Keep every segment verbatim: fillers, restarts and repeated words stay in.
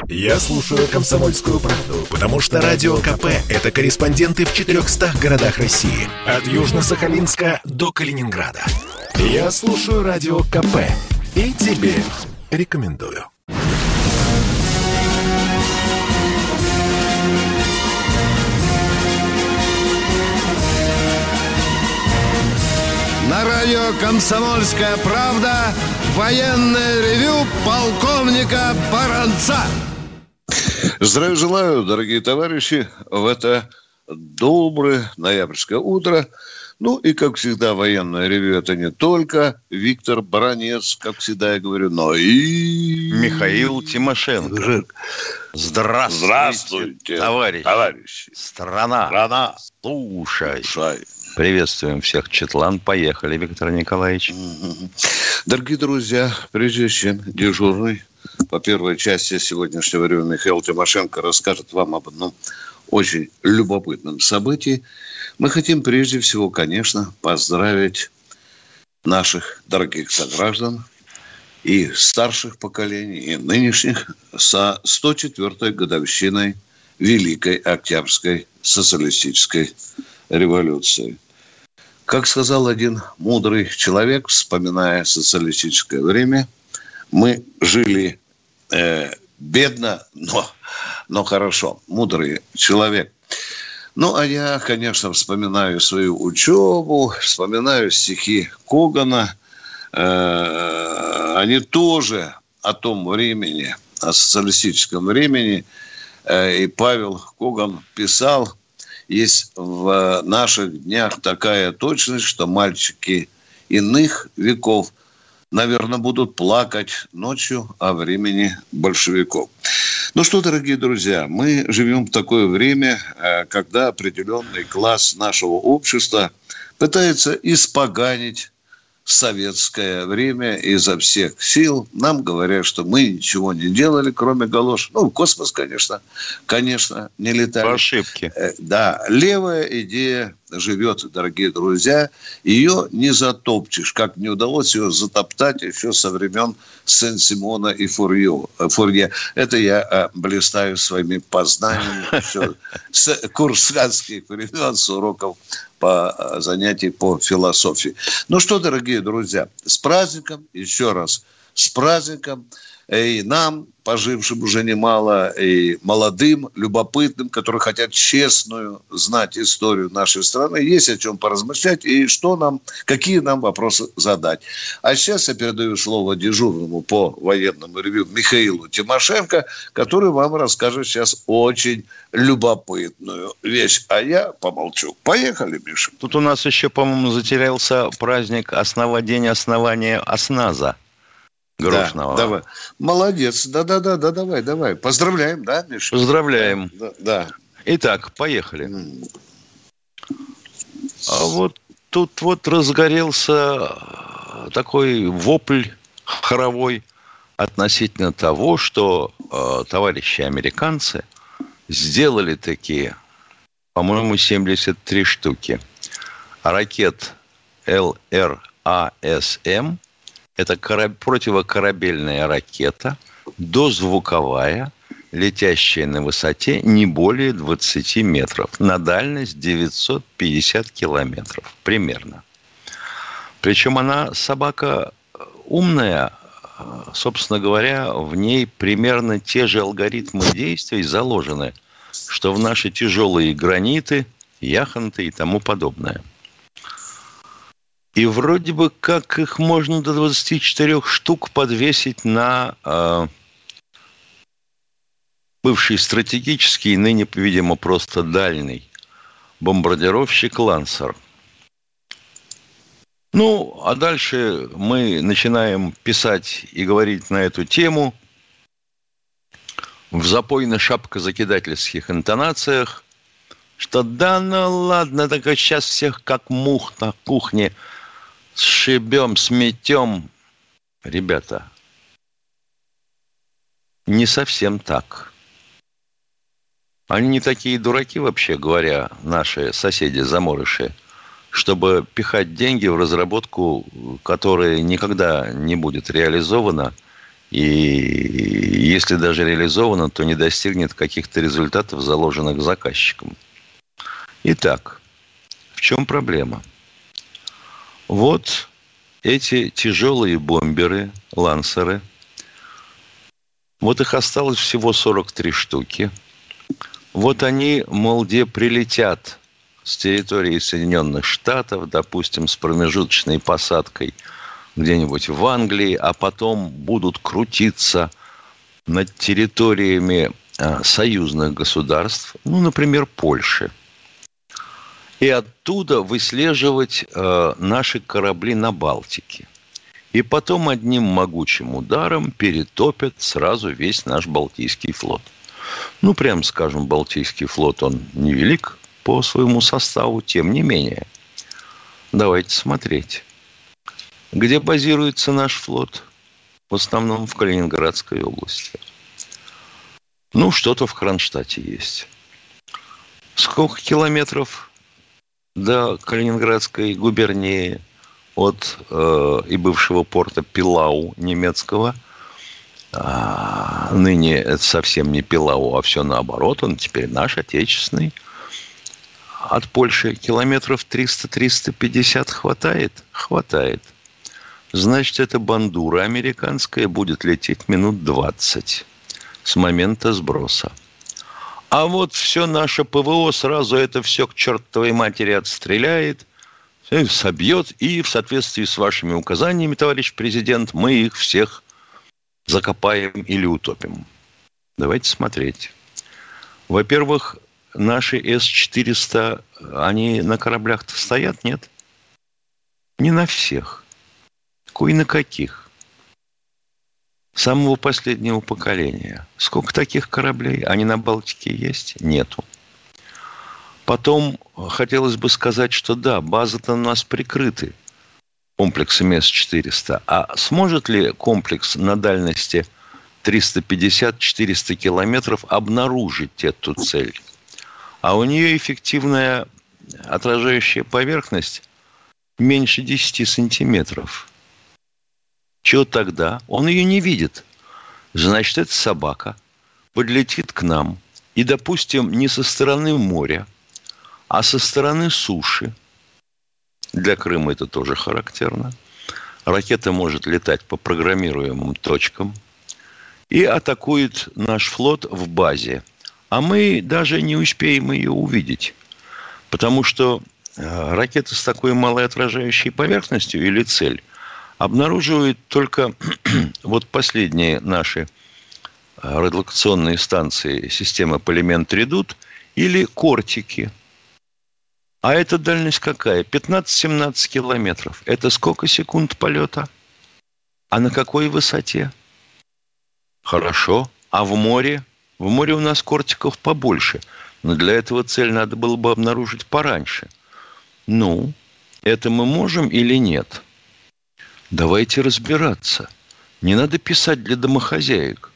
Я слушаю «Комсомольскую правду», потому что Радио КП – это корреспонденты в четырехстах городах России. От Южно-Сахалинска до Калининграда. Я слушаю Радио КП и тебе рекомендую. На радио «Комсомольская правда» военное ревю полковника Баранца. Здравия желаю, дорогие товарищи, в это доброе ноябрьское утро. Ну и, как всегда, военное ревью – это не только Виктор Баранец, как всегда я говорю, но и... Михаил Тимошенко. Здравствуйте, Здравствуйте, товарищи. товарищи. Страна. Страна. Слушай. Слушай. Приветствуем всех, Четлан. Поехали, Виктор Николаевич. Дорогие друзья, прежде чем дежурный по первой части сегодняшнего ревью Михаил Тимошенко расскажет вам об одном очень любопытном событии, мы хотим прежде всего, конечно, поздравить наших дорогих сограждан и старших поколений, и нынешних со сто четвёртой годовщиной Великой Октябрьской социалистической революции. Как сказал один мудрый человек, вспоминая социалистическое время, мы жили э, бедно, но, но хорошо. Мудрый человек. Ну, а я, конечно, вспоминаю свою учебу, вспоминаю стихи Когана. Э, они тоже о том времени, о социалистическом времени. Э, и Павел Коган писал: есть в наших днях такая точность, что мальчики иных веков, наверное, будут плакать ночью о времени большевиков. Ну что, дорогие друзья, мы живем в такое время, когда определенный класс нашего общества пытается испоганить советское время изо всех сил. Нам говорят, что мы ничего не делали, кроме галош. Ну, в космос, конечно, конечно, не летали. По ошибке. Да, левая идея живет, дорогие друзья. Ее не затопчешь, как не удалось ее затоптать еще со времен Сен-Симона и Фурье. Фурье. Это я блистаю своими познаниями с курсантских времен, с уроков по занятий по философии. Ну что, дорогие друзья, с праздником, еще раз, с праздником. И нам, пожившим уже немало, и молодым, любопытным, которые хотят честную знать историю нашей страны, есть о чем поразмышлять и что нам, какие нам вопросы задать. А сейчас я передаю слово дежурному по военному ревью Михаилу Тимошенко, который вам расскажет сейчас очень любопытную вещь. А я помолчу. Поехали, Миша. Тут у нас еще, по-моему, затерялся праздник основа, день основания ОСНАЗа. Грошного. Да, давай. Молодец. Да-да-да, да, давай, давай. Поздравляем, да, Миша? Поздравляем. Да, да. Итак, поехали. Mm. А вот тут вот разгорелся такой вопль хоровой относительно того, что э, товарищи американцы сделали такие, по-моему, семьдесят три штуки ракет эл эр а эс эм. Это кораб... противокорабельная ракета, дозвуковая, летящая на высоте не более двадцати метров, на дальность девятьсот пятьдесят километров примерно. Причем она, собака умная, собственно говоря, в ней примерно те же алгоритмы действий заложены, что в наши тяжелые граниты, яхонты и тому подобное. И вроде бы как их можно до двадцати четырёх штук подвесить на э, бывший стратегический, ныне, видимо, просто дальний бомбардировщик «Лансер». Ну, а дальше мы начинаем писать и говорить на эту тему в запойно-шапкозакидательских интонациях, что да ну ладно, так сейчас всех как мух на кухне сшибем, сметем. Ребята, не совсем так. Они не такие дураки, вообще говоря, наши соседи-заморыши, чтобы пихать деньги в разработку, которая никогда не будет реализована И если даже реализовано, то не достигнет каких-то результатов, заложенных заказчиком. Итак, в чем проблема? Вот эти тяжелые бомберы, лансеры, вот их осталось всего сорок три штуки. Вот они, мол, где прилетят с территории Соединенных Штатов, допустим, с промежуточной посадкой где-нибудь в Англии, а потом будут крутиться над территориями а, союзных государств, ну, например, Польши. И оттуда выслеживать э, наши корабли на Балтике. И потом одним могучим ударом перетопят сразу весь наш Балтийский флот. Ну, прям скажем, Балтийский флот, он невелик по своему составу, тем не менее. Давайте смотреть. Где базируется наш флот? В основном в Калининградской области. Ну, что-то в Кронштадте есть. Сколько километров до Калининградской губернии от э, и бывшего порта Пилау немецкого? А, ныне это совсем не Пилау, а все наоборот. Он теперь наш, отечественный. От Польши километров триста - триста пятьдесят хватает? Хватает. Значит, эта бандура американская будет лететь минут двадцать с момента сброса. А вот все наше ПВО сразу это все к чертовой матери отстреляет, собьет, и в соответствии с вашими указаниями, товарищ президент, мы их всех закопаем или утопим. Давайте смотреть. Во-первых, наши эс четыреста, они на кораблях-то стоят, нет? Не на всех. Кое на каких. Самого последнего поколения. Сколько таких кораблей? Они на Балтике есть? Нету. Потом хотелось бы сказать, что да, базы-то у нас прикрыты комплексами эс четыреста. А сможет ли комплекс на дальности триста пятьдесят - четыреста километров обнаружить эту цель? А у нее эффективная отражающая поверхность меньше десяти сантиметров. Чего тогда? Он ее не видит. Значит, эта собака подлетит к нам и, допустим, не со стороны моря, а со стороны суши. Для Крыма это тоже характерно. Ракета может летать по программируемым точкам и атакует наш флот в базе. А мы даже не успеем ее увидеть. Потому что ракета с такой малой отражающей поверхностью или цель обнаруживает только вот последние наши радиолокационные станции системы Полимент-Редут или Кортики. А эта дальность какая? пятнадцать-семнадцать километров. Это сколько секунд полета? А на какой высоте? Хорошо. А в море? В море у нас кортиков побольше. Но для этого цель надо было бы обнаружить пораньше. Ну, это мы можем или нет? Давайте разбираться. Не надо писать для домохозяек.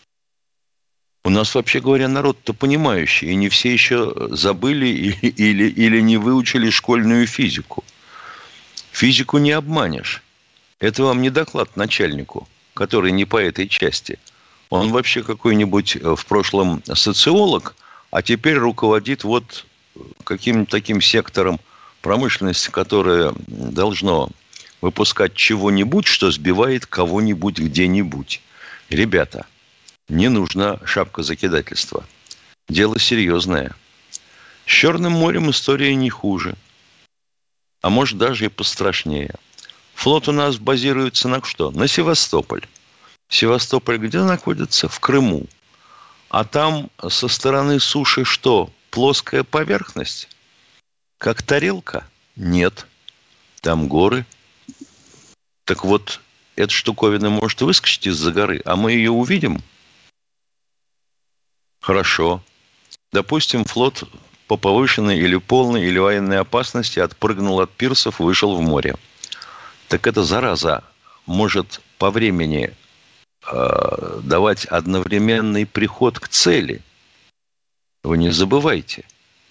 У нас, вообще говоря, народ-то понимающий, и не все еще забыли или, или, или не выучили школьную физику. Физику не обманешь. Это вам не доклад начальнику, который не по этой части. Он вообще какой-нибудь в прошлом социолог, а теперь руководит вот каким-то таким сектором промышленности, которое должно выпускать чего-нибудь, что сбивает кого-нибудь где-нибудь. Ребята, не нужна шапка закидательства. Дело серьезное. С Черным морем история не хуже. А может, даже и пострашнее. Флот у нас базируется на что? На Севастополь. Севастополь где находится? В Крыму. А там со стороны суши что? Плоская поверхность? Как тарелка? Нет. Там горы. Так вот, эта штуковина может выскочить из-за горы, а мы ее увидим? Хорошо. Допустим, флот по повышенной или полной или военной опасности отпрыгнул от пирсов и вышел в море. Так эта зараза может по времени э, давать одновременный приход к цели. Вы не забывайте.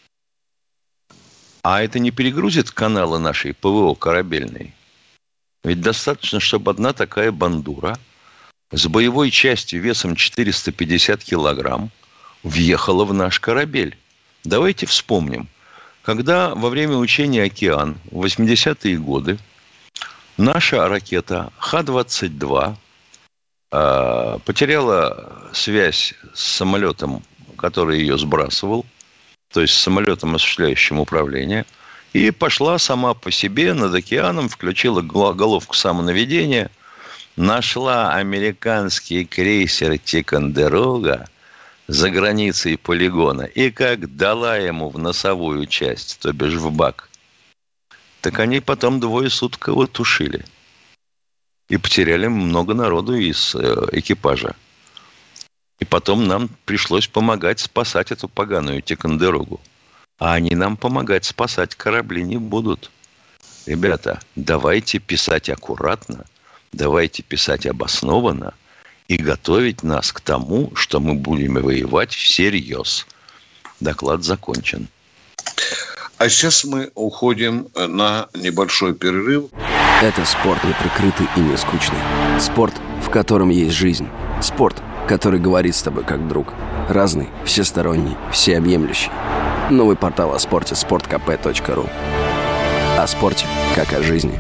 А это не перегрузит каналы нашей ПВО корабельной? Ведь достаточно, чтобы одна такая бандура с боевой частью весом четыреста пятьдесят килограмм въехала в наш корабель. Давайте вспомним. Когда во время учения «Океан» в восьмидесятые годы наша ракета Х двадцать два э, потеряла связь с самолетом, который ее сбрасывал, то есть с самолетом, осуществляющим управление, и пошла сама по себе над океаном, включила головку самонаведения, нашла американский крейсер «Тикондерога» за границей полигона и как дала ему в носовую часть, то бишь в бак, так они потом двое суток его тушили. И потеряли много народу из экипажа. И потом нам пришлось помогать спасать эту поганую Тикондерогу. А они нам помогать спасать корабли не будут. Ребята, давайте писать аккуратно, давайте писать обоснованно и готовить нас к тому, что мы будем воевать всерьез. Доклад закончен. А сейчас мы уходим на небольшой перерыв. Это спорт неприкрытый и не скучный. Спорт, в котором есть жизнь. Спорт, который говорит с тобой как друг. Разный, всесторонний, всеобъемлющий. Новый портал о спорте – спорт кей пи точка ру. О спорте, как о жизни.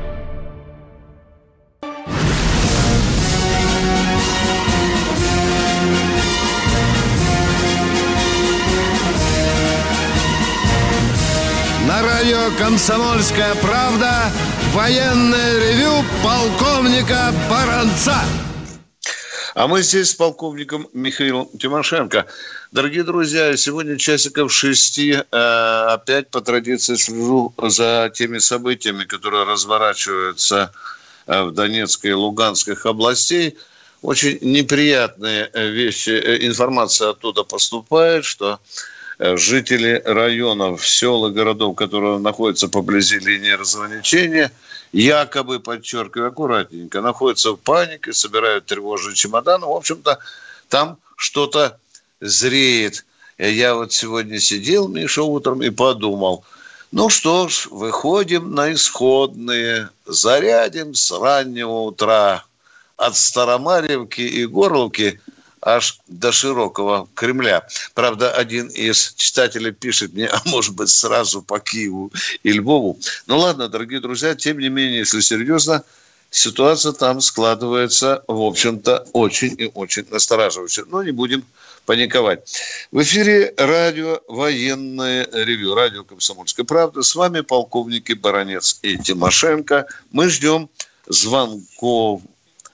На радио «Комсомольская правда» военное ревю полковника Баранца. А мы здесь с полковником Михаилом Тимошенко. Дорогие друзья, сегодня часиков шести э, опять по традиции слежу за теми событиями, которые разворачиваются э, в Донецкой и Луганской областей. Очень неприятные вещи, э, информация оттуда поступает, что э, жители районов, сел и городов, которые находятся поблизи линии разграничения, якобы, подчеркиваю, аккуратненько, находятся в панике, собирают тревожные чемоданы. В общем-то, там что-то зреет. Я вот сегодня сидел, Миша, утром и подумал, ну что ж, выходим на исходные, зарядим с раннего утра от Старомарьевки и Горловки аж до широкого Кремля. Правда, один из читателей пишет мне, а может быть, сразу по Киеву и Львову. Ну ладно, дорогие друзья, тем не менее, если серьезно, ситуация там складывается, в общем-то, очень и очень настораживающе. Но не будем паниковать. В эфире радио «Военное ревю», радио «Комсомольская правда». С вами полковники Баранец и Тимошенко. Мы ждем звонков.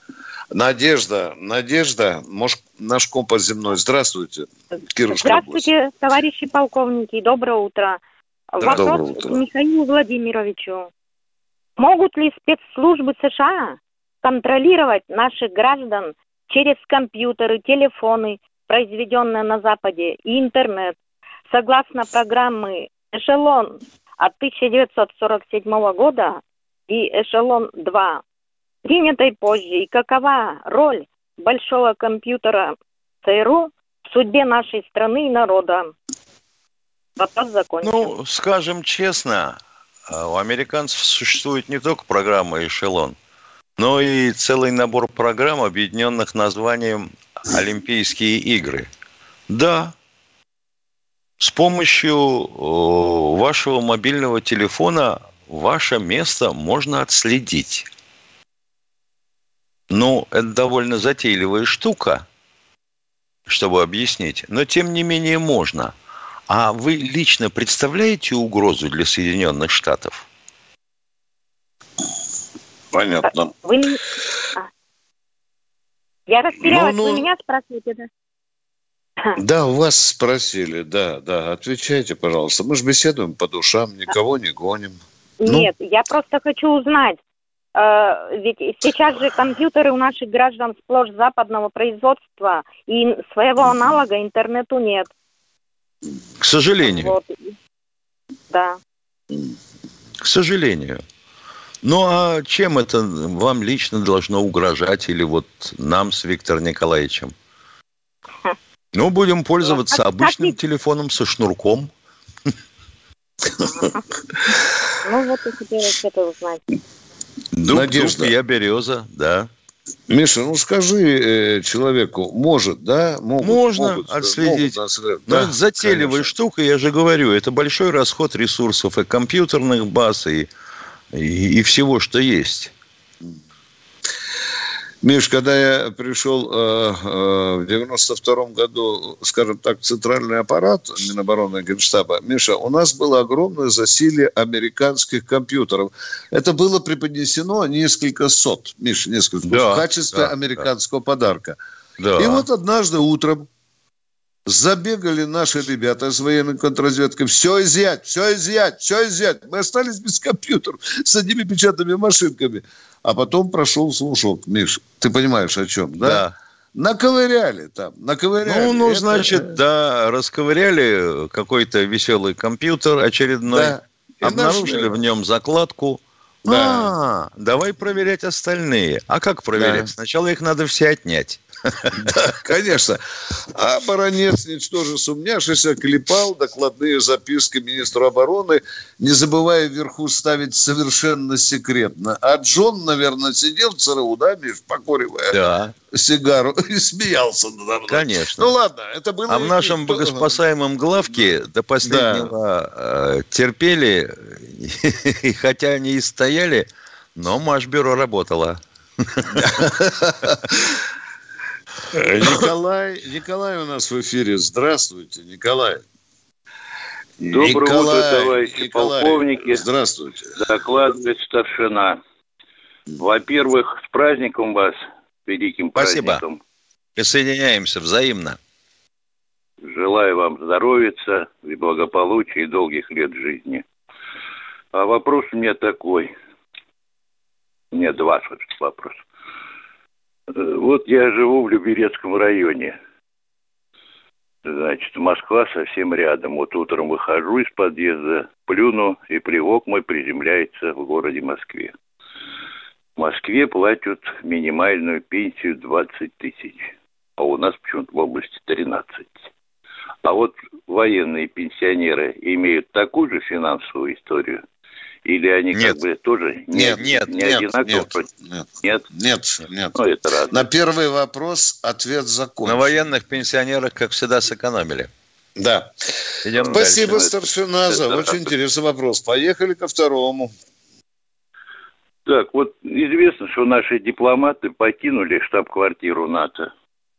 Надежда, Надежда, может, наш компас земной. Здравствуйте. Кировская Здравствуйте, область. Товарищи полковники. Доброе утро. Да, Вопрос доброе утро. К Михаилу Владимировичу. Могут ли спецслужбы США контролировать наших граждан через компьютеры, телефоны, произведенные на Западе, и интернет, согласно программы «Эшелон» от тысяча девятьсот сорок седьмого года и «Эшелон-два», принятой позже, и какова роль большого компьютера ЦРУ в судьбе нашей страны и народа? Вопрос закончен. Ну, скажем честно, у американцев существует не только программа «Эшелон», но и целый набор программ, объединенных названием «Олимпийские игры». Да, с помощью вашего мобильного телефона ваше место можно отследить. Ну, это довольно затейливая штука, чтобы объяснить, но тем не менее можно. А вы лично представляете угрозу для Соединенных Штатов? Понятно. Вы... Я растерялась, ну, ну... вы меня спрашиваете, да? Да, у вас спросили, да, да. Отвечайте, пожалуйста. Мы же беседуем по душам, никого не гоним. Нет, ну? я просто хочу узнать. Ведь сейчас же компьютеры у наших граждан сплошь западного производства, и своего аналога интернету нет. К сожалению. Вот. Да. К сожалению. Ну, а чем это вам лично должно угрожать, или вот нам с Виктором Николаевичем? Ну, будем пользоваться а, обычным как... телефоном со шнурком. Ну, вот и теперь это узнать. Дуб, дуб, я береза, да. Миша, ну скажи э, человеку, может, да? Могут, Можно могут, отследить. Могут отследить. Но да, это затейливая конечно. штука, я же говорю, это большой расход ресурсов и компьютерных баз, и, и, и всего, что есть. Миш, когда я пришел э, э, в девяносто втором году, скажем так, в центральный аппарат Минобороны Генштаба, Миша, у нас было огромное засилие американских компьютеров. Это было преподнесено несколько сот, Миша, несколько да, в качестве да, американского да. подарка. Да. И вот однажды утром забегали наши ребята из военной контрразведки. Все изъять, все изъять, все изъять. Мы остались без компьютеров с одними печатными машинками. А потом прошел слушок. Миш, ты понимаешь, о чем, да? Да. Наковыряли там, наковыряли. Ну, ну Это... значит, да, расковыряли какой-то веселый компьютер очередной. Да. Обнаружили нашли. В нем закладку. Да. А, давай проверять остальные. А как проверять? Да. Сначала их надо все отнять. Да, конечно. А баронец, ничтоже сумняшися, клепал докладные записки министру обороны, не забывая вверху ставить совершенно секретно. А Джон, наверное, сидел в ЦРУ, да, Миш, покуривая да. сигару и смеялся надо мной. Конечно. Ну ладно, это было... А в нашем богоспасаемом главке до последнего да. терпели, и хотя они и стояли, но Машбюро работало. Николай, Николай у нас в эфире. Здравствуйте, Николай. Доброе Николай, утро, товарищи Николай, полковники. Здравствуйте. Докладывает старшина. Во-первых, с праздником вас, великим Спасибо. праздником. Присоединяемся взаимно. Желаю вам здоровья и благополучия и долгих лет жизни. А вопрос у меня такой. У меня два вопроса. Вот я живу в Люберецком районе. Значит, Москва совсем рядом. Вот утром выхожу из подъезда, плюну, и плевок мой приземляется в городе Москве. В Москве платят минимальную пенсию двадцать тысяч, а у нас почему-то в области тринадцать. А вот военные пенсионеры имеют такую же финансовую историю? Или они нет. как бы тоже нет, не, нет, не нет, одинаково? Нет, нет, нет, нет. Ну, это радует. На первый вопрос ответ закончен. На военных пенсионерах, как всегда, сэкономили. Да. Идем Спасибо, дальше. старшина, за очень интересный вопрос. Поехали ко второму. Так, вот известно, что наши дипломаты покинули штаб-квартиру НАТО.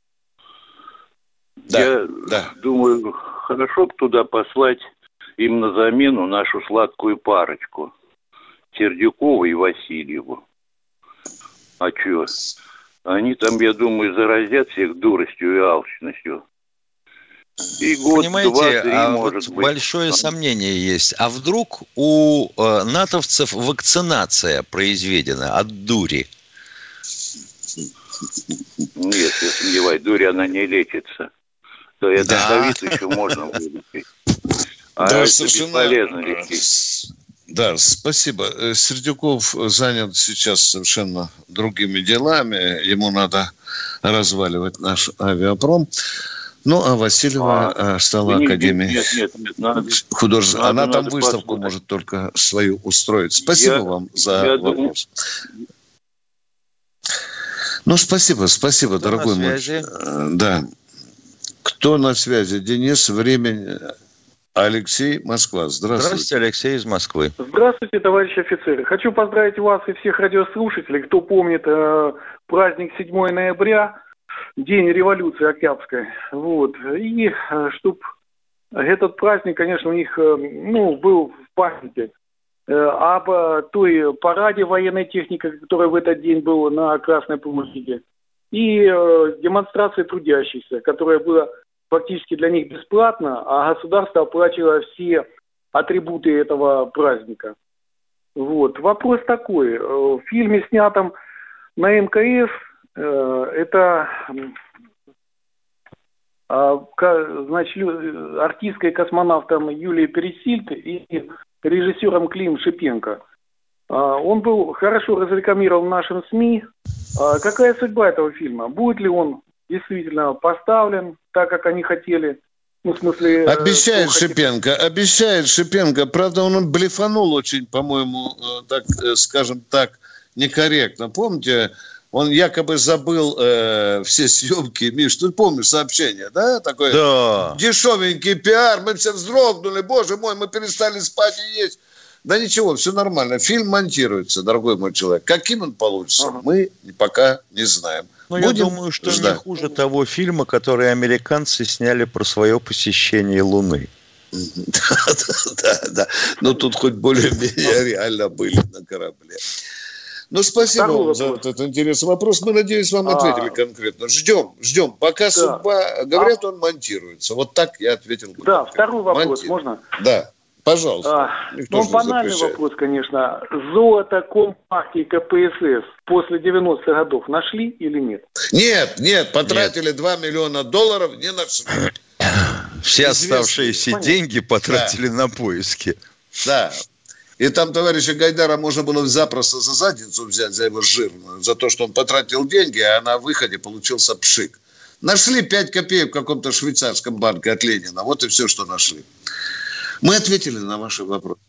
Да, Я да. думаю, хорошо бы туда послать им на замену нашу сладкую парочку Сердюкову и Васильеву. А чё? Они там, я думаю, заразят всех дуростью и алчностью. И год, понимаете, два, три, а может вот быть. большое сомнение есть. А вдруг у э, натовцев вакцинация произведена от дури? Нет, я сомневаюсь, дури она не лечится. То это да. ковид еще можно вылечить. А да, это совершенно... бесполезно лечить. Да, спасибо. Сердюков занят сейчас совершенно другими делами. Ему надо разваливать наш авиапром. Ну, а Васильева а, стала нет, академией нет, нет, нет, надо, художественной. надо, Она там надо выставку посмотреть. может только свою устроить. Спасибо я, вам за я вопрос. Думаю... Ну, спасибо, спасибо, Кто дорогой на мой. связи? Да. Кто на связи? Денис, время... Алексей, Москва. Здравствуйте. Здравствуйте, Алексей из Москвы. Здравствуйте, товарищи офицеры. Хочу поздравить вас и всех радиослушателей, кто помнит э, праздник седьмого ноября, День революции Октябрьской. Вот. И э, чтобы этот праздник, конечно, у них э, ну, был в памяти э, об э, той параде военной техники, которая в этот день была на Красной площади, и э, демонстрации трудящихся, которая была фактически для них бесплатно, а государство оплачивало все атрибуты этого праздника. Вот. Вопрос такой. В фильме, снятом на эм ка эс, это значит, артисткой космонавтом Юлией Пересильд и режиссером Клим Шипенко. Он был хорошо разрекламирован в нашем СМИ. Какая судьба этого фильма? Будет ли он действительно поставлен так, как они хотели? Ну, в смысле... Обещает Шипенко, хотели... обещает Шипенко. Правда, он блефанул очень, по-моему, так, скажем так, некорректно. Помните, Он якобы забыл э, все съемки. Миш, ты помнишь сообщение, да? Такое да. Дешевенький пиар. Мы все вздрогнули. Боже мой, мы перестали спать и есть. Да ничего, все нормально. Фильм монтируется, дорогой мой человек. Каким он получится, ага. мы пока не знаем. Но я думаю, что ждать. Не хуже того фильма, который американцы сняли про свое посещение Луны. Да, да, да. Но тут хоть более-менее реально были на корабле. Ну, спасибо Второй вам вопрос. За этот интересный вопрос. Мы, надеюсь, вам ответили а... конкретно. Ждем, ждем. Пока да. судьба... Говорят, он монтируется. Вот так я ответил. Да, конкретно. Второй вопрос, Монти... можно? Да, пожалуйста. А, ну, банальный вопрос, конечно. Золото Компартии ка пэ эс эс после девяностых годов нашли или нет? Нет, нет, потратили нет. два миллиона долларов, не нашли. Все Известные. Оставшиеся Понятно. Деньги потратили да. на поиски. Да. И там товарища Гайдара можно было запросто за задницу взять, за его жирную, за то, что он потратил деньги, а на выходе получился пшик. Нашли пять копеек в каком-то швейцарском банке от Ленина. Вот и все, что нашли. Мы ответили на ваши вопросы.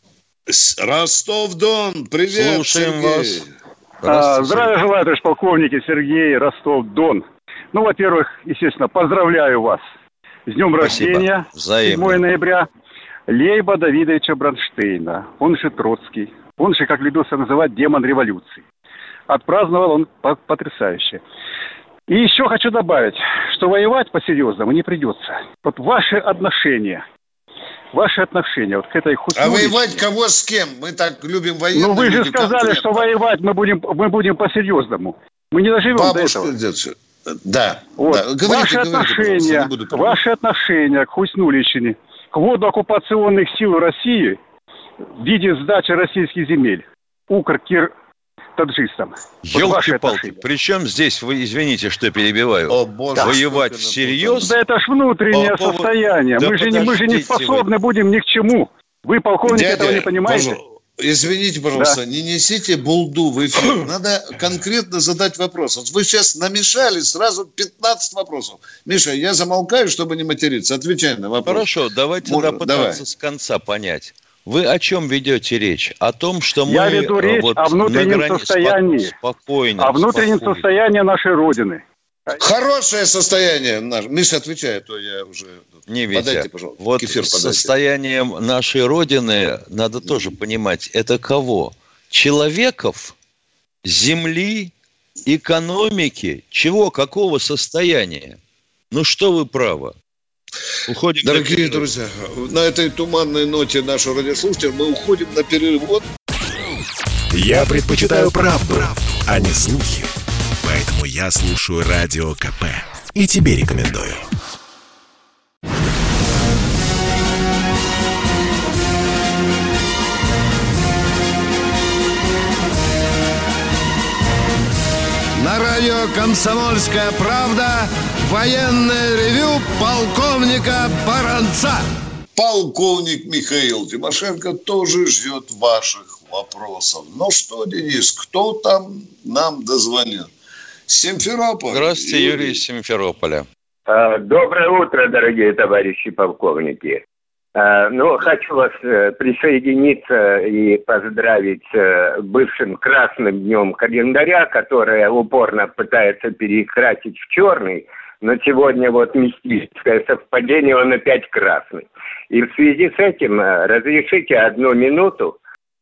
Ростов-Дон, привет, Слушаем Сергей. вас. А, здравия желаю, товарищ полковники, Сергей, Ростов-Дон. Ну, во-первых, естественно, поздравляю вас с днем Спасибо. Рождения, седьмого ноября. Лейба Давидовича Бронштейна, он же Троцкий, он же, как любился называть, демон революции. Отпраздновал он потрясающе. И еще хочу добавить, что воевать по-серьезному не придется. Вот ваши отношения, ваши отношения вот к этой хуснули. А воевать кого с кем? Мы так любим военных. Ну вы же сказали, что воевать мы будем, мы будем по-серьезному. Мы не доживем Бабушка до этого. Идет. Да. Вот. да. Говорите, ваши, говорите, отношения, ваши отношения к Хуснулищине, к вводу оккупационных сил России в виде сдачи российских земель Укр-Кир таджистам. Ёлки-палки, вот причем здесь, вы извините, что я О, Боже, воевать всерьез? Да это ж внутреннее По состояние. Да мы, же не, мы же не способны вы... будем ни к чему. Вы, полковник, Дядя, этого не понимаете? Пожалуйста. Извините, пожалуйста, да. не несите булду в эфир. Надо конкретно задать вопрос. Вот вы сейчас намешали сразу пятнадцать вопросов. Миша, я замолкаю, чтобы не материться. Отвечай на вопрос. Хорошо, давайте Можно, тогда пытаться давай. С конца понять. Вы о чем ведете речь? О том, что мы... Я веду речь вот о внутреннем грани... состоянии. Спокойно. О внутреннем спокойно. состоянии нашей Родины. Хорошее состояние. Миша, отвечай, а то я уже... Не Витя, подайте, пожалуйста. Вот состоянием нашей Родины надо тоже понимать, это кого? Человеков, земли, экономики, чего, какого состояния? Ну что вы правы? Уходим Дорогие на друзья, на этой туманной ноте нашего радиослушателя мы уходим на перерыв. Я предпочитаю правду, правду, а не слухи. Поэтому я слушаю Радио КП. И тебе рекомендую. На радио «Комсомольская правда» военное ревю полковника Баранца. Полковник Михаил Тимошенко тоже ждет ваших вопросов. Ну что, Денис, кто там нам дозвонил? Симферополь. Здравствуйте, Юрий, Юрий из Симферополя. Доброе утро, дорогие товарищи полковники. Ну, хочу вас присоединиться и поздравить с бывшим красным днем календаря, которое упорно пытается перекрасить в черный, но сегодня вот мистическое совпадение, он опять красный. И в связи с этим разрешите одну минуту.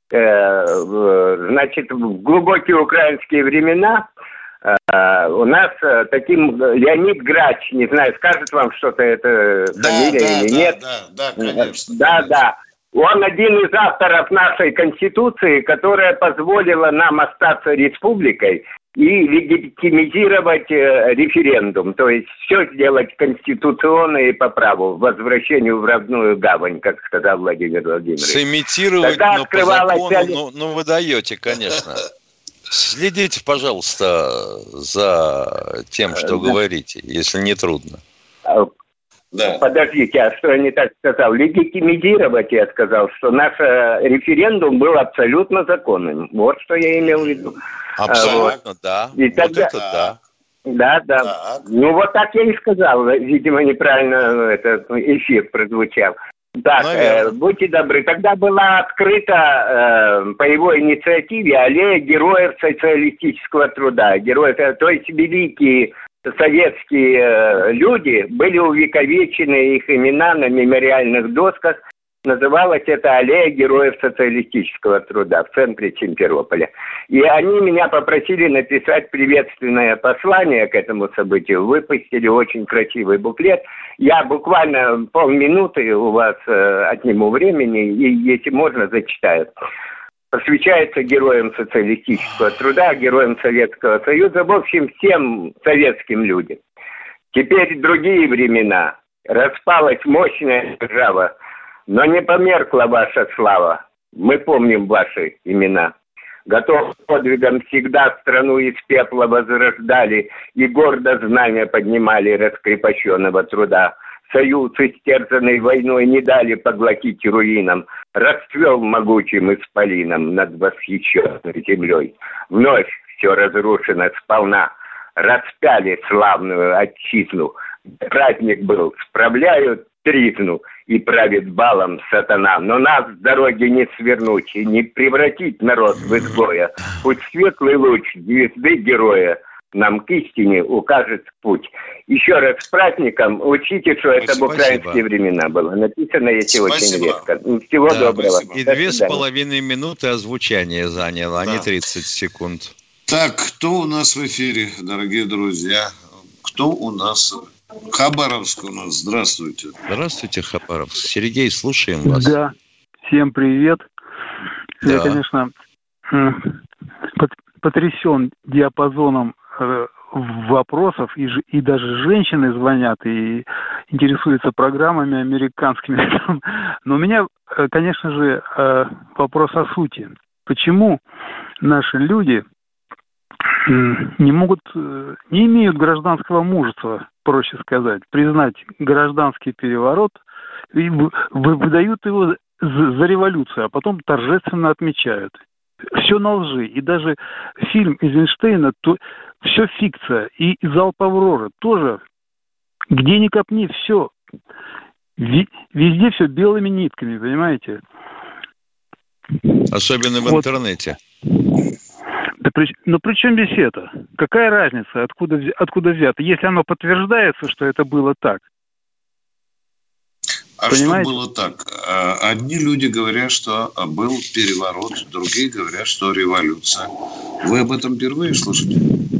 Значит, в глубокие украинские времена у нас таким Леонид Грач, не знаю, скажет вам что-то это да, фамилия да, или да, нет? Да, да, конечно. Да, конечно. да. Он один из авторов нашей Конституции, которая позволила нам остаться республикой и легитимизировать референдум. То есть все сделать конституционно и по праву, возвращению в родную гавань, как сказал Владимир Владимирович. Сымитировать, но по закону, ну, ну вы даете, конечно. Следите, пожалуйста, за тем, что да. говорите, если не трудно. Да. Подождите, а что я не так сказал? Легитимизировать я сказал, что наш референдум был абсолютно законным. Вот что я имел в виду. Абсолютно, вот. Да. И вот тогда... это да. Да, да. Так. Ну вот так я и сказал. Видимо, неправильно этот эфир прозвучал. Так, э, будьте добры. Тогда была открыта э, по его инициативе аллея героев социалистического труда. Героев, то есть великие советские э, люди были увековечены, их имена на мемориальных досках. Называлась это аллея героев социалистического труда в центре Симферополя. И они меня попросили написать приветственное послание к этому событию. Выпустили очень красивый буклет. Я буквально полминуты у вас э, отниму времени, и, если можно, зачитаю. Посвящается героям социалистического труда, героям Советского Союза, в общем, всем советским людям. Теперь другие времена. Распалась мощная держава, но не померкла ваша слава. Мы помним ваши имена. Готов к подвигам всегда страну из пепла возрождали и гордо знамя поднимали раскрепощенного труда. Союз, истерзанный войной, не дали поглотить руинам. Расцвел могучим исполином над восхищенной землей. Вновь все разрушено сполна. Распяли славную отчизну. Праздник был, справляют тризну, и правит балом сатана. Но нас с дороги не свернуть и не превратить народ в изгоя. Пусть светлый луч звезды героя нам к истине укажет путь. Еще раз с праздником. Учите, что это спасибо. В украинские времена было. Написано, если спасибо. Очень редко. Всего да, доброго. Спасибо. И две с половиной минуты озвучания заняло, да. А не тридцать секунд. Так, кто у нас в эфире, дорогие друзья? Кто у нас? Хабаровск у нас. Здравствуйте. Здравствуйте, Хабаровск. Сергей, слушаем вас. Да, всем привет. Да. Я, конечно, потрясен диапазоном вопросов, и, и даже женщины звонят и интересуются программами американскими. Но у меня, конечно же, вопрос о сути. Почему наши люди не могут, не имеют гражданского мужества, проще сказать, признать гражданский переворот и выдают его за революцию, а потом торжественно отмечают. Все на лжи. И даже фильм Эйзенштейна, то все фикция. И «Залп Авроры» тоже, где ни копни, все. Везде все белыми нитками, понимаете? Особенно в вот. Интернете. Да при, но при чем здесь это? Какая разница, откуда, откуда взято? Если оно подтверждается, что это было так. А понимаете? Что было так? Одни люди говорят, что был переворот, другие говорят, что революция. Вы об этом впервые слышите?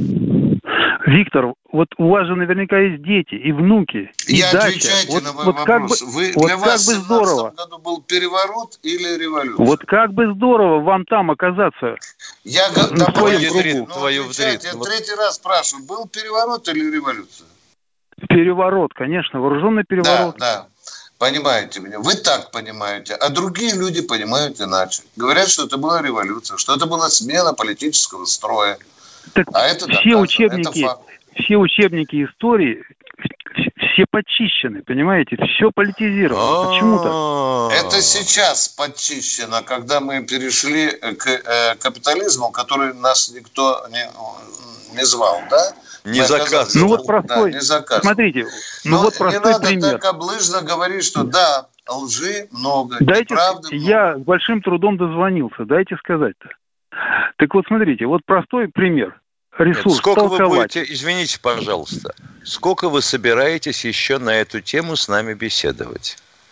Виктор, вот у вас же наверняка есть дети и внуки, и Я дача. Отвечайте вот, на мой вот вопрос. Как бы, Вы, вот для как вас бы в семнадцатом здорово. году был переворот или революция? Вот как бы здорово вам там оказаться. Я в да, твою ну, твою отвечайте, я вот. Третий раз спрашиваю, был переворот или революция? Переворот, конечно, вооруженный переворот. Да, да. Понимаете меня? Вы так понимаете, а другие люди понимают иначе. Говорят, что это была революция, что это была смена политического строя. Так а это все доказано, учебники, это все учебники истории, все почищены, понимаете? Все политизировано. Почему-то. Это сейчас почищено, когда мы перешли к капитализму, который нас никто не, не звал, да? Не заказывал. Ну вот простой, да, не смотрите, ну Но вот простой не надо пример. так облыжно говорить, что да, лжи много, дайте, неправды много. Я с большим трудом дозвонился, дайте сказать-то. Так вот, смотрите, вот простой пример. Ресурс. Нет, сколько толковать. Вы будете, извините, пожалуйста, сколько вы собираетесь еще на эту тему с нами беседовать?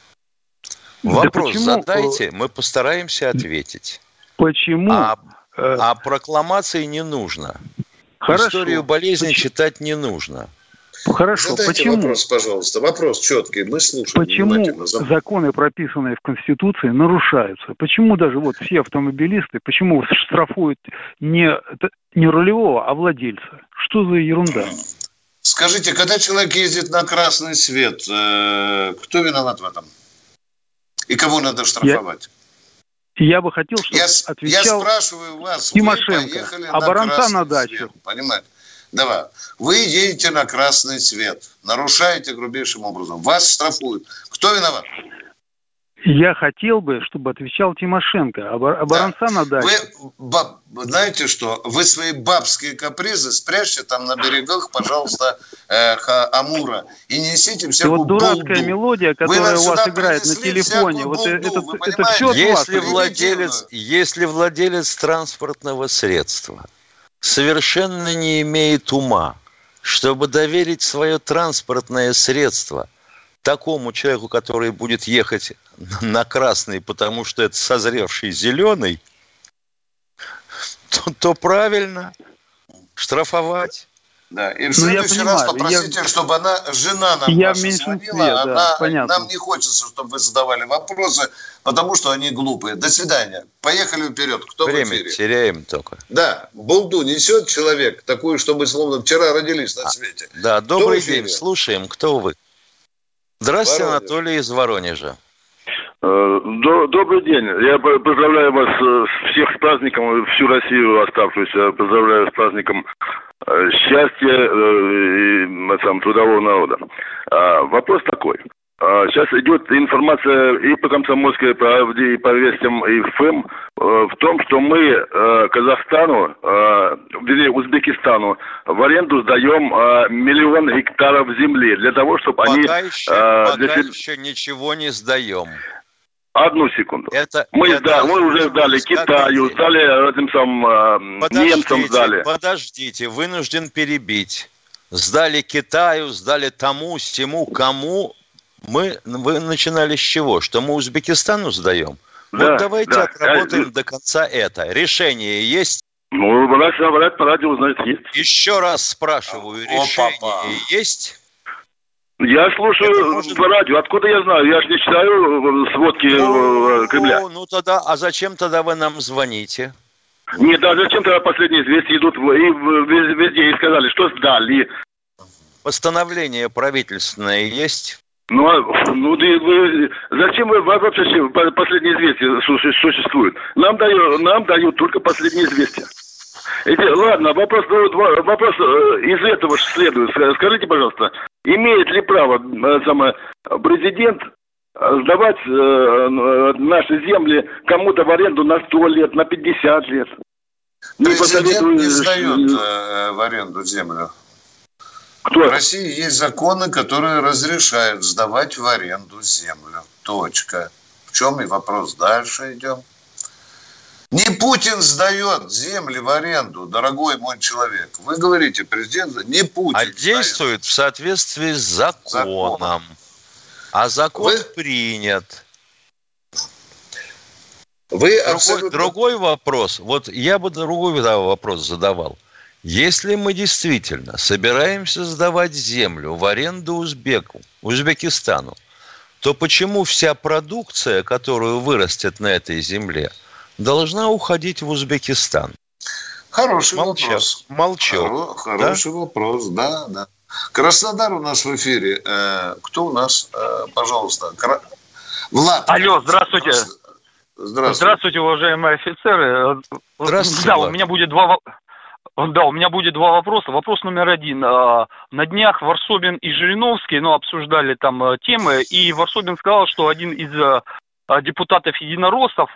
Вопрос да задайте, мы постараемся ответить. Почему? А, а прокламации не нужно. Хорошо. Историю болезни Почему? Читать не нужно. Хорошо. Задайте Почему? Вопрос, пожалуйста. Вопрос четкий. Мы слушаем. Почему законы, прописанные в Конституции, нарушаются? Почему даже вот все автомобилисты, почему штрафуют не, не рулевого, а владельца? Что за ерунда? Скажите, когда человек ездит на красный свет, кто виноват в этом? И кого надо штрафовать? Я... Я бы хотел, чтобы я, отвечал я спрашиваю вас, Тимошенко, а на Баранца на дачу. Свет, понимаете? Давай. Вы едете на красный свет, нарушаете грубейшим образом, вас штрафуют. Кто виноват? Я хотел бы, чтобы отвечал Тимошенко, а Баранца да. надо. Вы, баб, знаете что, вы свои бабские капризы спрячьте там на берегах, пожалуйста, э, Амура, и несите всякую вот дурацкая булду. мелодия, которая у вас играет на телефоне, вот это, это, это все от если вас. Владелец, если владелец транспортного средства совершенно не имеет ума, чтобы доверить свое транспортное средство такому человеку, который будет ехать на красный, потому что это созревший зеленый, то, то правильно штрафовать. Да, и в следующий ну, раз попросите, я... чтобы она, жена нам я наша звонила, да, она, нам не хочется, чтобы вы задавали вопросы, потому что они глупые. До свидания. Поехали вперед. Кто Время в эфире? теряем только. Да, булду несет человек, такую, чтобы словно вчера родились на свете. А, да, добрый день, слушаем, кто вы? Здравствуйте, Воронеж. Анатолий из Воронежа. Добрый день. Я поздравляю вас всех с праздником, всю Россию оставшуюся. Поздравляю с праздником счастья и сам, трудового народа. Вопрос такой. Сейчас идет информация и по «Комсомольской правде», и по «Вестям», и ФМ в том, что мы Казахстану, вернее, Узбекистану в аренду сдаем миллион гектаров земли для того, чтобы пока они... Еще, пока для... еще ничего не сдаем. Одну секунду. Это, мы, это сда... мы уже сдали Китаю, сдали этим самым немцам сдали. Подождите, вынужден перебить. Сдали Китаю, сдали тому, сему, кому... Мы, вы начинали с чего? Что мы Узбекистану сдаем? Да, вот давайте да. отработаем а, до конца это. Решение есть? Ну, говорят, по радио, значит, есть. Еще раз спрашиваю, О, решение папа. есть? Я слушаю может... по радио. Откуда я знаю? Я же не читаю сводки ну, Кремля. Ну, ну тогда, а зачем тогда вы нам звоните? Нет, а зачем тогда последние известия идут и везде и сказали, что сдали? Постановление правительственное есть? Ну, ну вы, зачем вы вообще последние известия существуют? Нам дают, нам дают только последние известия. Эти, ладно, вопрос, вопрос из этого следует. Скажите, пожалуйста, имеет ли право самое, президент сдавать э, наши земли кому-то в аренду на сто лет, на пятьдесят лет? Не президент не сдает э, в аренду землю. Кто? В России есть законы, которые разрешают сдавать в аренду землю. Точка. В чем и вопрос? Дальше идем. Не Путин сдает земли в аренду, дорогой мой человек. Вы говорите, президент, не Путин. А действует в соответствии с законом. законом. А закон Вы... принят. Вы другой, абсолютно... другой вопрос. Вот я бы другой вопрос задавал. Если мы действительно собираемся сдавать землю в аренду узбеку, Узбекистану, то почему вся продукция, которую вырастет на этой земле, должна уходить в Узбекистан? Хороший Молчак. вопрос. Молчок. Хоро- хороший да? вопрос, да, да. Краснодар у нас в эфире. Э, кто у нас? Э, пожалуйста. Кра... Влад. Алло, здравствуйте. Здравствуйте. Здравствуйте, уважаемые офицеры. Здравствуйте. Да, Влад. у меня будет два вопроса. Да, у меня будет два вопроса. Вопрос номер один. На днях Варсобин и Жириновский, ну, обсуждали там темы, и Варсобин сказал, что один из депутатов единороссов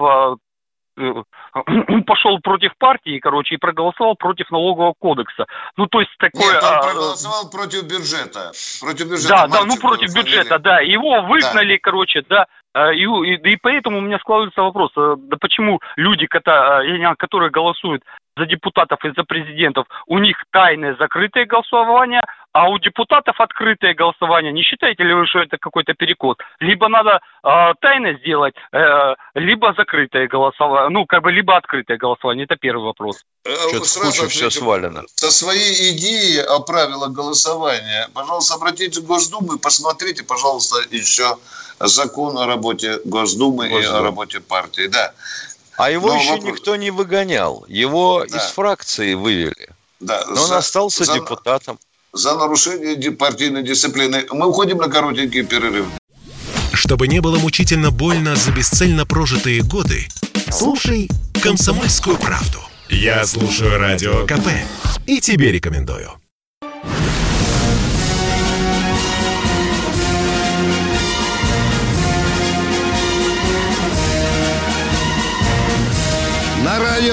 пошел против партии, короче, и проголосовал против налогового кодекса. Ну, то есть такое... Нет, он проголосовал а... против бюджета. Против бюджета. Да, да, ну, против бюджета, да. Его выгнали, да. короче, да. И, и, и поэтому у меня складывается вопрос, да почему люди, которые голосуют за депутатов и за президентов, у них тайное закрытое голосование, а у депутатов открытое голосование. Не считаете ли вы, что это какой-то перекос? Либо надо э, тайно сделать, э, либо закрытое голосование, ну, как бы, либо открытое голосование. Это первый вопрос. Что-то с кучей все свалено. Со своей идеей о правилах голосования, пожалуйста, обратитесь в Госдуму и посмотрите, пожалуйста, еще закон о работе Госдумы Госдумы. и о работе партии. Да. А его Но еще вопрос... никто не выгонял. Его да. из фракции вывели. Да. Но за, он остался за, депутатом. За нарушение партийной дисциплины. Мы уходим на коротенький перерыв. Чтобы не было мучительно больно за бесцельно прожитые годы, слушай «Комсомольскую правду». Я слушаю Радио КП и тебе рекомендую.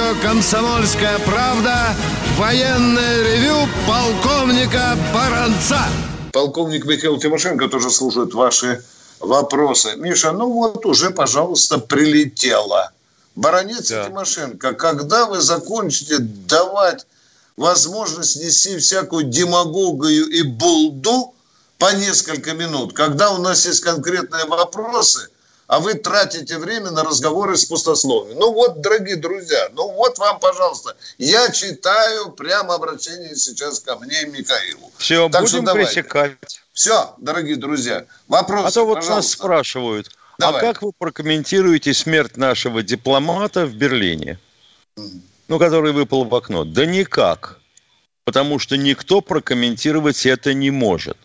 радио «Комсомольская правда» военное ревю полковника Баранца. Полковник Михаил Тимошенко тоже слушает ваши вопросы. Миша, ну вот уже, пожалуйста, прилетело. Баранец да. и Тимошенко, когда вы закончите давать возможность нести всякую демагогию и булду по несколько минут, когда у нас есть конкретные вопросы, а вы тратите время на разговоры с пустословием. Ну вот, дорогие друзья, ну вот вам, пожалуйста, я читаю прямо обращение сейчас ко мне и Михаилу. Все, так будем пресекать. Все, дорогие друзья, вопросы, А то вот пожалуйста. Нас спрашивают, Давай. А как вы прокомментируете смерть нашего дипломата в Берлине? Mm. Ну, который выпал в окно. Да никак. Потому что никто прокомментировать это не может.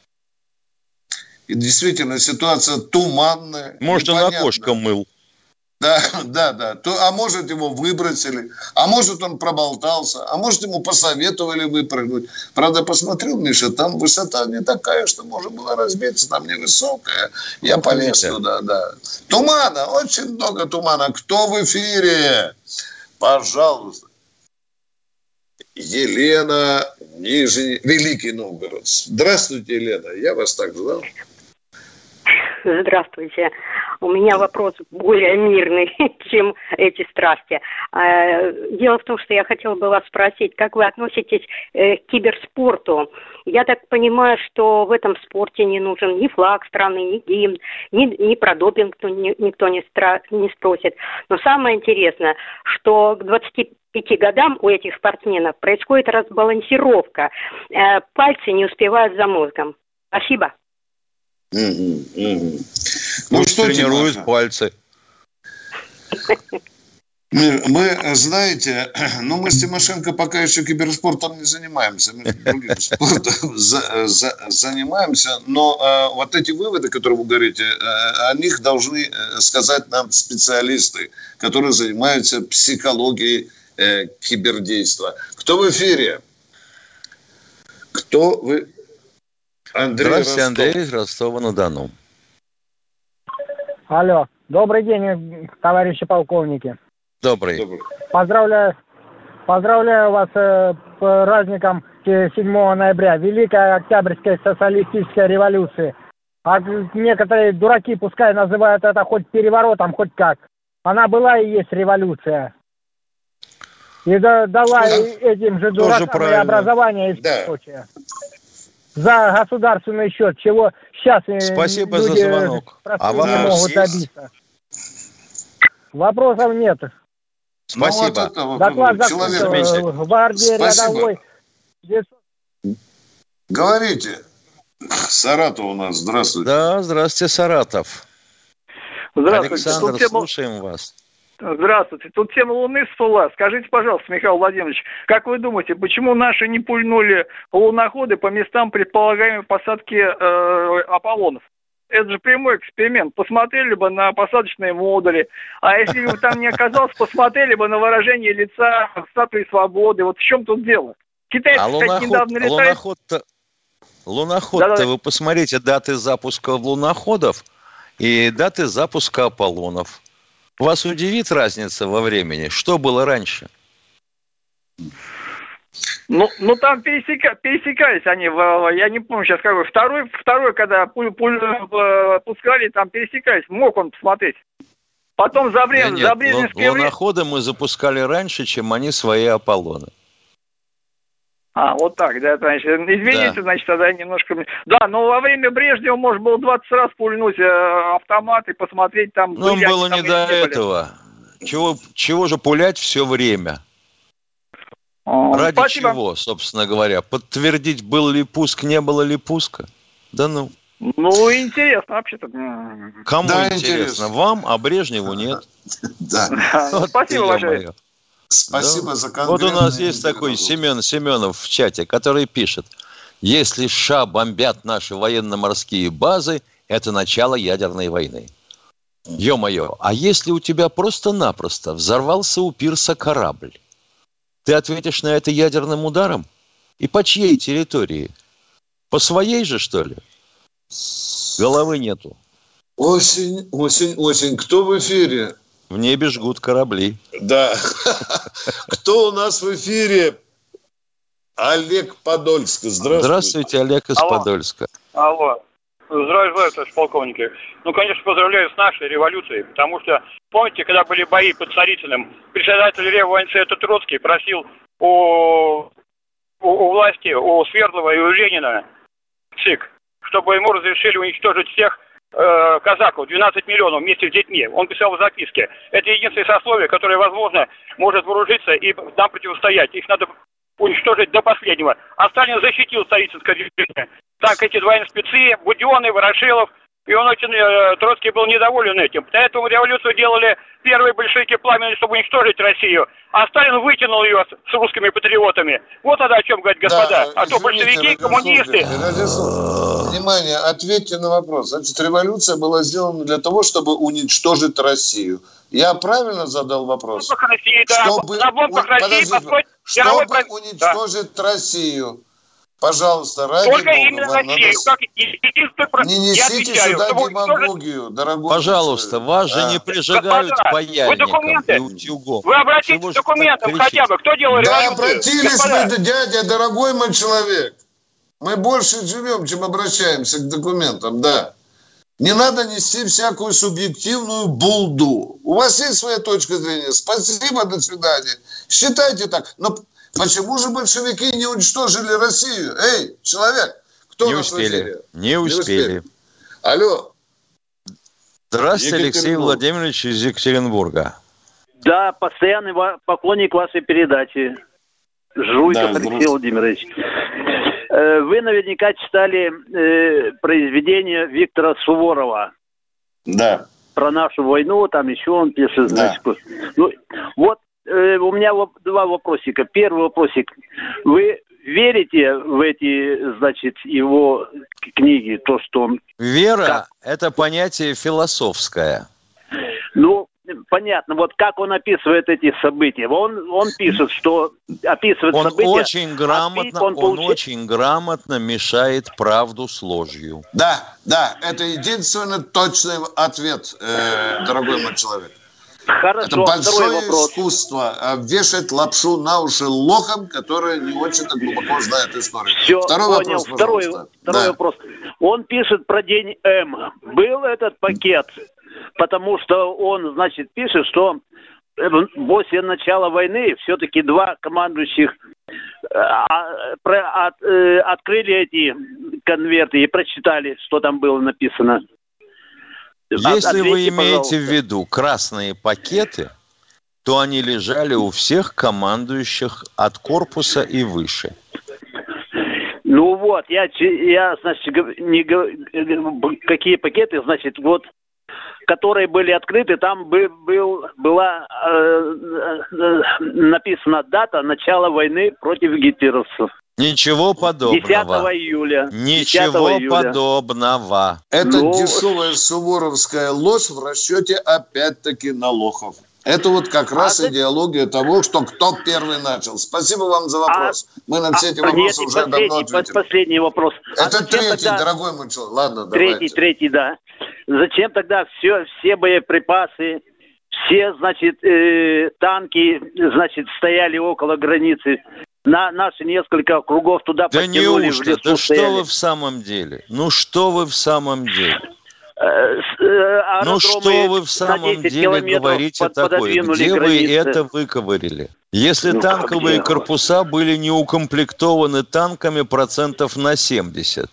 И действительно, ситуация туманная. Может, он окошко мыл. Да, да, да. То, а может, его выбросили, а может, он проболтался, а может, ему посоветовали выпрыгнуть. Правда, посмотрел, Миша, там высота не такая, что можно было разбиться, там невысокая. Я полез туда, да. Тумана, очень много тумана. Кто в эфире? Пожалуйста. Елена, Нижний, Великий Новгород. Здравствуйте, Елена, я вас так ждал. Здравствуйте. У меня вопрос более мирный, чем эти страсти. Дело в том, что я хотела бы вас спросить, как вы относитесь к киберспорту? Я так понимаю, что в этом спорте не нужен ни флаг страны, ни гимн, ни, ни про допинг никто не, стра- не спросит. Но самое интересное, что к двадцати пяти годам у этих спортсменов происходит разбалансировка. Пальцы не успевают за мозгом. Спасибо. Mm-hmm. Mm-hmm. Ну, Пусть что тренируют Тимоша? Пальцы. Мы, мы, знаете, ну мы с Тимошенко пока еще киберспортом не занимаемся, мы другим спортом за, за, занимаемся, но э, вот эти выводы, которые вы говорите, э, о них должны сказать нам специалисты, которые занимаются психологией э, кибердейства. Кто в эфире? Кто вы? Андрей Здравствуйте, Ростов. Андрей из Ростова-на-Дону. Алло, добрый день, товарищи полковники. Добрый. Поздравляю, поздравляю вас э, с праздником седьмого ноября, Великой Октябрьской социалистической революции. А некоторые дураки пускай называют это хоть переворотом, хоть как. Она была и есть революция. И да, дала да. этим же дуракам и образование и да. прочее. За государственный счет, чего сейчас Спасибо люди за звонок. А не могут добиться. Вопросов нет. Спасибо. Ну, вот Доклад закончил. Гвардии рядовой. Говорите. Саратов у нас. Здравствуйте. Да, здравствуйте, Саратов. Здравствуйте. Александр, Тут тема... слушаем вас. Здравствуйте. Тут тема Луны всплыла. Скажите, пожалуйста, Михаил Владимирович, как вы думаете, почему наши не пульнули луноходы по местам предполагаемой посадки э, Аполлонов? Это же прямой эксперимент. Посмотрели бы на посадочные модули. А если бы там не оказалось, посмотрели бы на выражение лица статуи свободы. Вот в чем тут дело? Китайцы, а кстати, луноход, недавно летают. Луноход-то, луноход-то Да-да-да. Вы посмотрите даты запуска луноходов и даты запуска Аполлонов. Вас удивит разница во времени? Что было раньше? Ну, ну там пересека, пересекались они, в, я не помню сейчас какой. Второй, второй когда пулю, пулю пускали, там пересекались. Мог он посмотреть. Потом за Брежнев, да за Брежневское время... Луноходы мы запускали раньше, чем они свои Аполлоны. А, вот так, да, значит, извините, да. значит, тогда немножко... Да, но во время Брежнева можно было двадцать раз пульнуть э, автомат и посмотреть там... Ну, было не до этого. Чего, чего же пулять все время? О, Ради спасибо. Чего, собственно говоря? Подтвердить, был ли пуск, не было ли пуска? Да ну. Ну, интересно вообще-то. Кому да, интересно? интересно? Вам, а Брежневу нет. Да. Спасибо большое. Спасибо да. за конкретные... Вот у нас есть такой Семен Семенов в чате, который пишет: если США бомбят наши военно-морские базы, это начало ядерной войны. Ё-моё, а если у тебя просто-напросто взорвался у пирса корабль, ты ответишь на это ядерным ударом? И по чьей территории? По своей же, что ли? Головы нету. Осень, осень, осень. Кто в эфире? В небе жгут корабли. Да. Кто у нас в эфире? Олег Подольск. Здравствуйте. Здравствуйте, Олег из Алло. Подольска. Алло. Здравия желаю, товарищ полковники. Ну, конечно, поздравляю с нашей революцией, потому что, помните, когда были бои под Царицыным, председатель Реввоенсовета Троцкий просил у, у, у власти, у Свердлова и у Ленина, ЦИК, чтобы ему разрешили уничтожить всех э, казаков, двенадцать миллионов вместе с детьми. Он писал в записке. Это единственное сословие, которое, возможно, может вооружиться и нам противостоять. Их надо уничтожить до последнего. А Сталин защитил Царицынское движение. Так эти военспецы, Буденный, Ворошилов, и он очень, э, Троцкий был недоволен этим. Поэтому революцию делали первые большевики пламенные, чтобы уничтожить Россию. А Сталин вытянул ее с, с русскими патриотами. Вот тогда о чем говорить, господа. Да, а то большевики, коммунисты... Внимание, ответьте на вопрос. Значит, революция была сделана для того, чтобы уничтожить Россию. Я правильно задал вопрос? На России, да. Чтобы, на бомбах России построить мировой... Чтобы уничтожить да. Россию. Пожалуйста, ради Только Бога, именно Россию. Надо... Как единственное... Не несите отвечаю, сюда демагогию, дорогой. Пожалуйста, вас же а. не прижигают господа, паяльником и утюгом. Вы обратитесь Чего к документам хотя бы. Кто делал да, революцию? Да, обратились господа. Мы, дядя, дорогой мой человек. Мы больше живем, чем обращаемся к документам, да. Не надо нести всякую субъективную булду. У вас есть своя точка зрения. Спасибо, до свидания. Считайте так. Но почему же большевики не уничтожили Россию? Эй, человек, кто не у нас успели. в эфире? Не успели. Не успели. Алло. Здравствуйте, Алексей Владимирович из Екатеринбурга. Да, постоянный поклонник вашей передачи. Жуйков да, Алексей Владимирович. Вы наверняка читали э, произведение Виктора Суворова. Да. Про нашу войну, там еще он пишет. Да. Значит, ну, вот э, у меня два вопросика. Первый вопросик. Вы верите в эти, значит, его книги, то, что он... Вера как... – это понятие философское. Ну, понятно, вот как он описывает эти события. Он, он пишет, что описывает он события. Очень грамотно, он, он получ... очень грамотно мешает правду с ложью. Да, да, это единственный точный ответ, э, дорогой мой человек. Хорошо, это большое вопрос. искусство вешать лапшу на уши лохам, которые не очень-то глубоко знают историю. Все, второй понял. вопрос, второй, второй да. вопрос. Он пишет про день М. Был этот пакет? Потому что он, значит, пишет, что после начала войны все-таки два командующих открыли эти конверты и прочитали, что там было написано. Если Ответьте, вы имеете пожалуйста. в виду красные пакеты, то они лежали у всех командующих от корпуса и выше. Ну вот, я, я значит, не, какие пакеты, значит, вот, которые были открыты, там был, был, была э, э, написана дата начала войны против гитлеровцев. Ничего подобного. десятого июля. Ничего июля. подобного. Это ну... дешевая суворовская ложь в расчете опять-таки на лохов. Это вот как а раз ты... идеология того, что кто первый начал. Спасибо вам за вопрос. А... Мы на все эти вопросы Нет, уже давно ответили. Последний вопрос. Это а третий, тогда... дорогой мой человек. Ладно, третий, давайте. Третий, да. Зачем тогда все, все боеприпасы, все, значит, э, танки, значит, стояли около границы? На наши несколько кругов туда да подтянули. Неужто? В лесу да стояли. Что вы в самом деле? Ну что вы в самом деле? Ну что вы в самом деле говорите такое? Где границы. Вы это выковырили? Если ну, танковые корпуса были не укомплектованы танками процентов на семьдесят.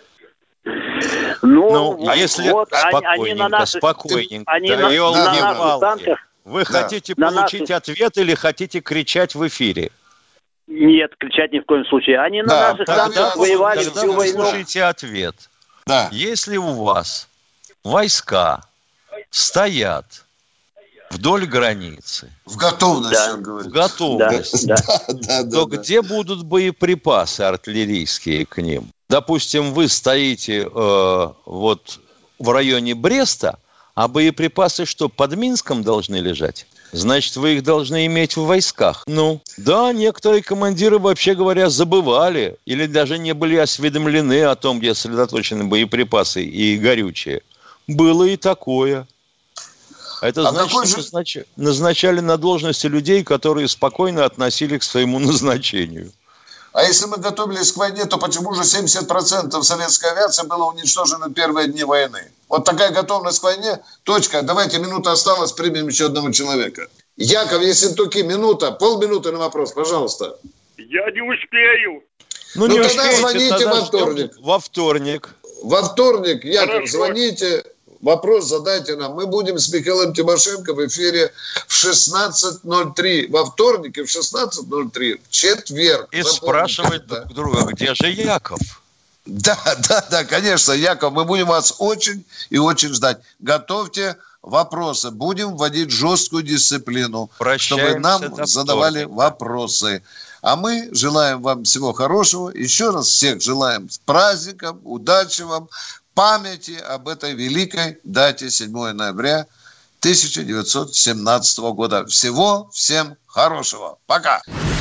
Ну, ну вот, если вот, спокойненько, они на наших, спокойненько. Они да, на, на наших танках. Вы да. хотите на получить наших... ответ или хотите кричать в эфире? Нет, кричать ни в коем случае. Они да, на наших танках воевали тогда всю вы войну. Слушайте ответ. Да. Если у вас войска стоят вдоль границы, в готовности, да. в готовности, да. Да. то да, где да. будут боеприпасы артиллерийские к ним? Допустим, вы стоите э, вот в районе Бреста, а боеприпасы что, под Минском должны лежать? Значит, вы их должны иметь в войсках. Ну, да, некоторые командиры, вообще говоря, забывали или даже не были осведомлены о том, где сосредоточены боеприпасы и горючее. Было и такое. Это а значит, что же... назнач... назначали на должности людей, которые спокойно относились к своему назначению. А если мы готовились к войне, то почему же семьдесят процентов советской авиации было уничтожено в первые дни войны? Вот такая готовность к войне. Точка. Давайте, минута осталась, примем еще одного человека. Яков Ессентуки, минута, полминуты на вопрос, пожалуйста. Я не успею. Ну, ну не тогда успеете, звоните тогда во вторник. Во вторник. Во вторник, Яков, Хорошо. звоните, вопрос задайте нам. Мы будем с Михаилом Тимошенко в эфире в шестнадцать ноль три во вторник и в шестнадцать ноль три в четверг. И Запомните, спрашивать да. друг друга, где же Яков? Да, да, да, конечно, Яков, мы будем вас очень и очень ждать. Готовьте вопросы. Будем вводить жесткую дисциплину, Прощаемся, чтобы нам задавали вторника. вопросы. А мы желаем вам всего хорошего. Еще раз всех желаем с праздником, удачи вам, памяти об этой великой дате седьмое ноября тысяча девятьсот семнадцатого года. Всего всем хорошего. Пока.